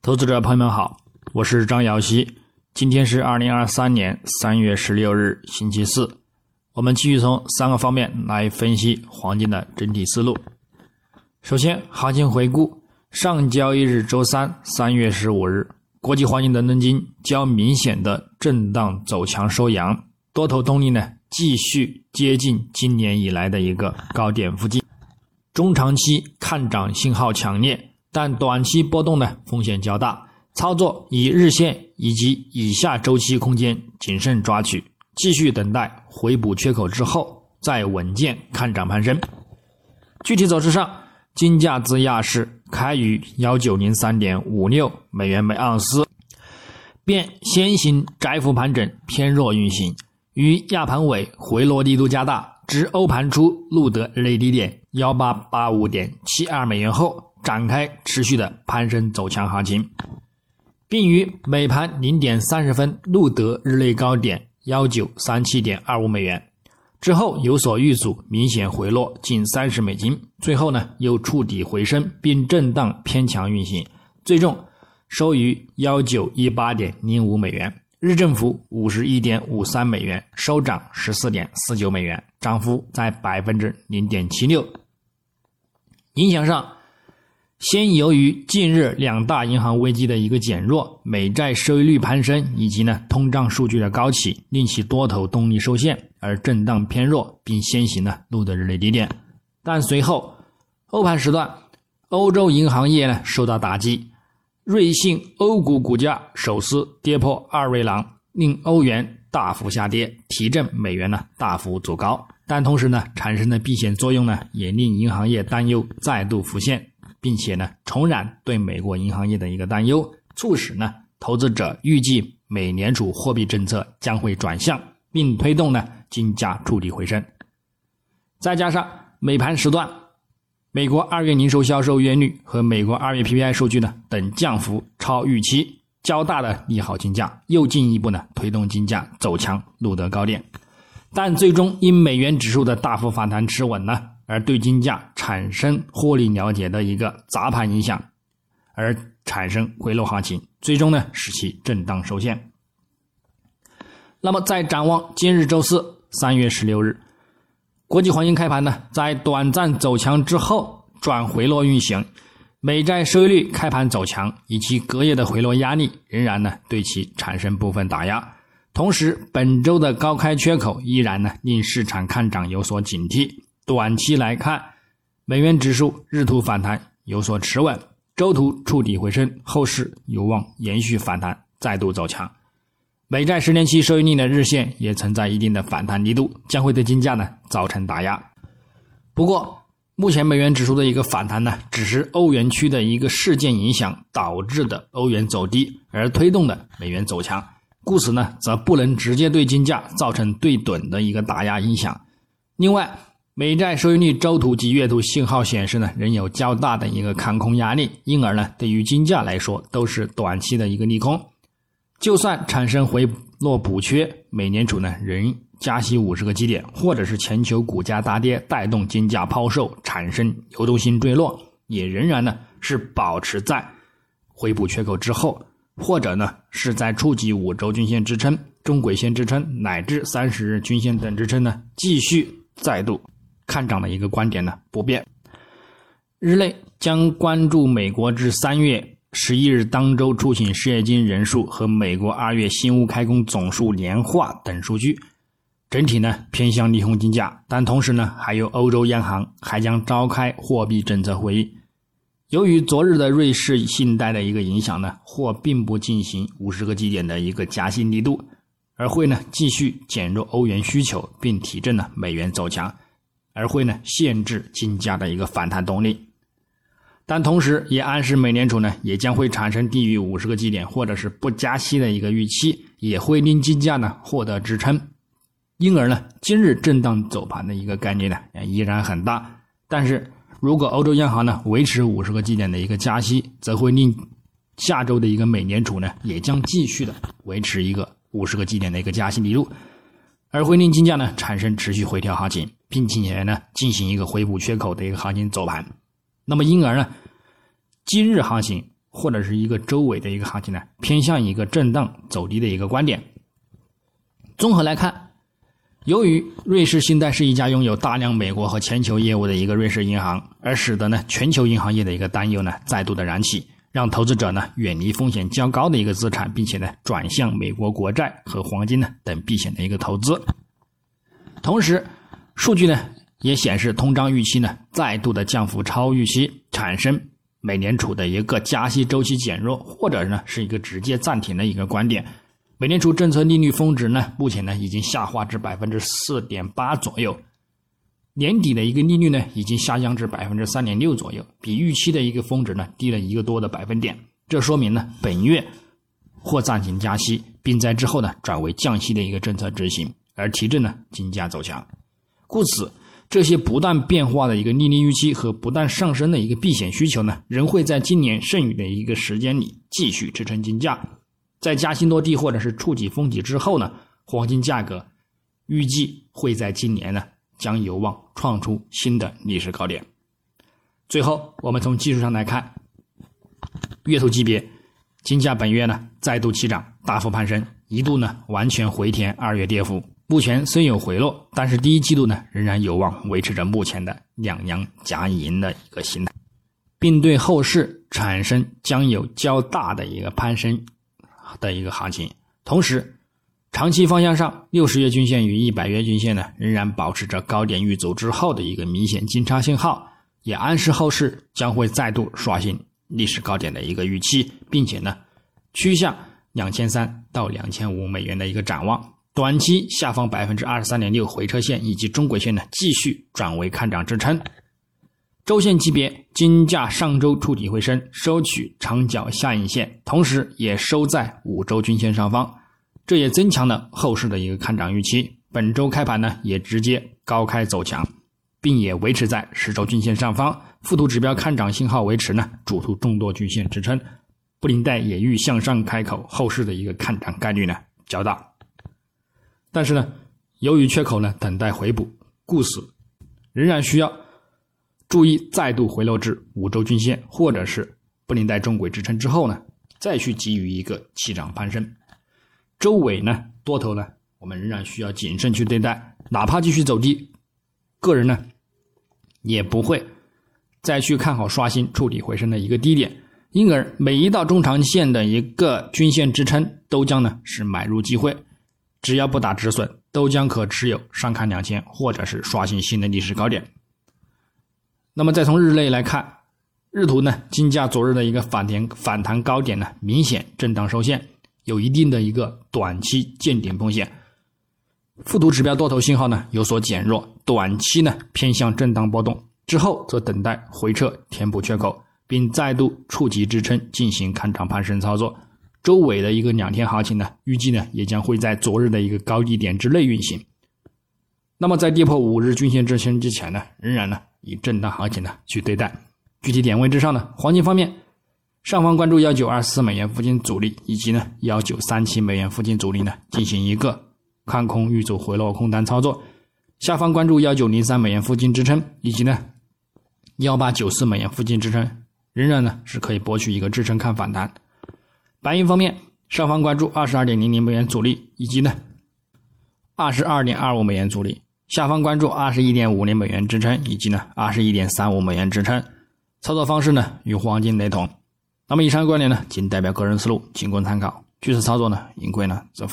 投资者朋友们好，我是张瑶希，今天是2023年3月16日星期四，我们继续从3个方面来分析黄金的整体思路。首先，行情回顾，上交易日周三3月15日，国际黄金伦敦金较明显的震荡走强收阳，多头动力呢继续接近今年以来的一个高点附近，中长期看涨信号强烈，但短期波动呢风险较大，操作以日线以及以下周期空间谨慎抓取，继续等待回补缺口之后再稳健看涨攀升。具体走势上，金价自亚市开于 1903.56 美元每盎司，便先行窄幅盘整偏弱运行，于亚盘尾回落力度加大，至欧盘初录得日内低点 1885.72 美元后展开持续的攀升走强行情，并于每盘0点30分录得日内高点 1937.25 美元，之后有所遇阻，明显回落近30美金，最后呢又触底回升并震荡偏强运行，最终收于 1918.05 美元，日振幅 51.53 美元，收涨 14.49 美元，涨幅在 0.76%。 影响上，先由于近日两大银行危机的一个减弱，美债收益率攀升以及通胀数据的高企，令其多头动力受限而震荡偏弱，并先行录得日内低点。但随后欧盘时段，欧洲银行业受到打击，瑞信欧股股价首次跌破2位郎，令欧元大幅下跌，提振美元大幅走高，但同时产生的避险作用也令银行业担忧再度浮现，并且重燃对美国银行业的一个担忧，促使投资者预计美联储货币政策将会转向，并推动金价触底回升。再加上美盘时段，美国2月零售销售月率和美国2月 PPI 数据等降幅超预期，较大的利好金价，又进一步推动金价走强录得高点，但最终因美元指数的大幅反弹持稳而对金价产生获利了结的一个砸盘影响，而产生回落行情，最终使其震荡收线。那么在展望今日周四3月16日，国际黄金开盘在短暂走强之后转回落运行，美债收益率开盘走强，以及隔夜的回落压力仍然对其产生部分打压，同时本周的高开缺口依然令市场看涨有所警惕。短期来看，美元指数日图反弹有所持稳，周图触底回升，后市有望延续反弹再度走强。美债10年期收益率的日线也存在一定的反弹力度，将会对金价造成打压。不过目前美元指数的一个反弹只是欧元区的一个事件影响导致的欧元走低而推动的美元走强，故此则不能直接对金价造成对等的一个打压影响。另外，美债收益率周图及月图信号显示仍有较大的一个看空压力，因而对于金价来说都是短期的一个利空。就算产生回落补缺，美联储仍加息50个基点，或者是全球股价大跌带动金价抛售产生流动性坠落，也仍然是保持在回补缺口之后，或者是在触及5周均线支撑、中轨线支撑乃至30日均线等支撑继续再度看涨的一个观点不变。日内将关注美国至3月11日当周出勤失业金人数和美国2月新屋开工总数年化等数据，整体偏向利空金价，但同时还有欧洲央行还将召开货币政策会议。由于昨日的瑞士信贷的一个影响或并不进行50个基点的一个加息力度，而会继续减弱欧元需求，并提振美元走强，而会限制金价的一个反弹动力。但同时也暗示美联储也将会产生低于50个基点或者是不加息的一个预期，也会令金价获得支撑，因而今日震荡走盘的一个概率依然很大。但是如果欧洲央行维持50个基点的一个加息，则会令下周的一个美联储也将继续的维持一个50个基点的一个加息力度，而会令金价产生持续回调行情，并且进行一个回补缺口的一个行情走盘。那么因而今日行情或者是一个周围的一个行情呢，偏向一个震荡走低的一个观点。综合来看，由于瑞士信贷是一家拥有大量美国和全球业务的一个瑞士银行，而使得呢全球银行业的一个担忧呢再度的燃起，让投资者呢远离风险较高的一个资产，并且呢转向美国国债和黄金呢等避险的一个投资。同时，数据呢也显示通胀预期呢再度的降幅超预期，产生美联储的一个加息周期减弱，或者呢是一个直接暂停的一个观点。美联储政策利率峰值呢目前呢已经下滑至 4.8% 左右，年底的一个利率呢已经下降至 3.6% 左右，比预期的一个峰值呢低了1个多的百分点。这说明呢本月或暂停加息，并在之后呢转为降息的一个政策执行，而提振呢金价走强。故此，这些不断变化的一个利率预期和不断上升的一个避险需求呢，仍会在今年剩余的一个时间里继续支撑金价。在加息落地或者是触及峰体之后呢，黄金价格预计会在今年呢将有望创出新的历史高点。最后，我们从技术上来看，月图级别，金价本月呢再度起涨，大幅攀升，一度呢完全回填2月跌幅。目前虽有回落，但是第一季度呢仍然有望维持着目前的两阳夹银的一个形态，并对后市产生将有较大的一个攀升的一个行情。同时，长期方向上，60月均线与100月均线呢仍然保持着高点遇阻之后的一个明显金叉信号，也暗示后市将会再度刷新历史高点的一个预期，并且呢趋向2300到2500美元的一个展望。短期下方 23.6% 回撤线以及中轨线呢继续转为看涨支撑。周线级别，金价上周触底回升，收取长角下影线，同时也收在5周均线上方，这也增强了后市的一个看涨预期。本周开盘呢也直接高开走强，并也维持在10周均线上方，附图指标看涨信号维持呢，主图众多均线支撑，布林带也欲向上开口，后市的一个看涨概率呢较大。但是呢，由于缺口呢等待回补，故此仍然需要注意再度回落至5周均线或者是布林带中轨支撑之后呢，再去给予一个起涨攀升。周尾呢多头呢我们仍然需要谨慎去对待，哪怕继续走低，个人呢也不会再去看好刷新触底回升的一个低点，因而每一道中长线的一个均线支撑都将呢是买入机会，只要不打止损，都将可持有上看2000或者是刷新新的历史高点。那么再从日内来看，日图呢金价昨日的一个反弹高点呢明显震荡收线，有一定的一个短期见顶风险。附图指标多头信号呢有所减弱，短期呢偏向震荡波动，之后则等待回撤填补缺口，并再度触及支撑进行看涨攀升操作。周尾的一个2天行情呢预计呢也将会在昨日的一个高低点之内运行。那么在跌破5日均线支撑之前呢，仍然呢以震荡行情呢去对待。具体点位之上呢，黄金方面，上方关注1924美元附近阻力，以及呢1937美元附近阻力呢进行一个看空遇阻回落空单操作，下方关注1903美元附近支撑，以及呢1894美元附近支撑，仍然呢是可以博取一个支撑看反弹。白银方面，上方关注 22.00 美元阻力，以及呢 22.25 美元阻力，下方关注 21.50 美元支撑，以及呢 21.35 美元支撑。操作方式呢与黄金雷同。那么以上观点呢仅代表个人思路，仅供参考。据此操作呢，盈亏呢则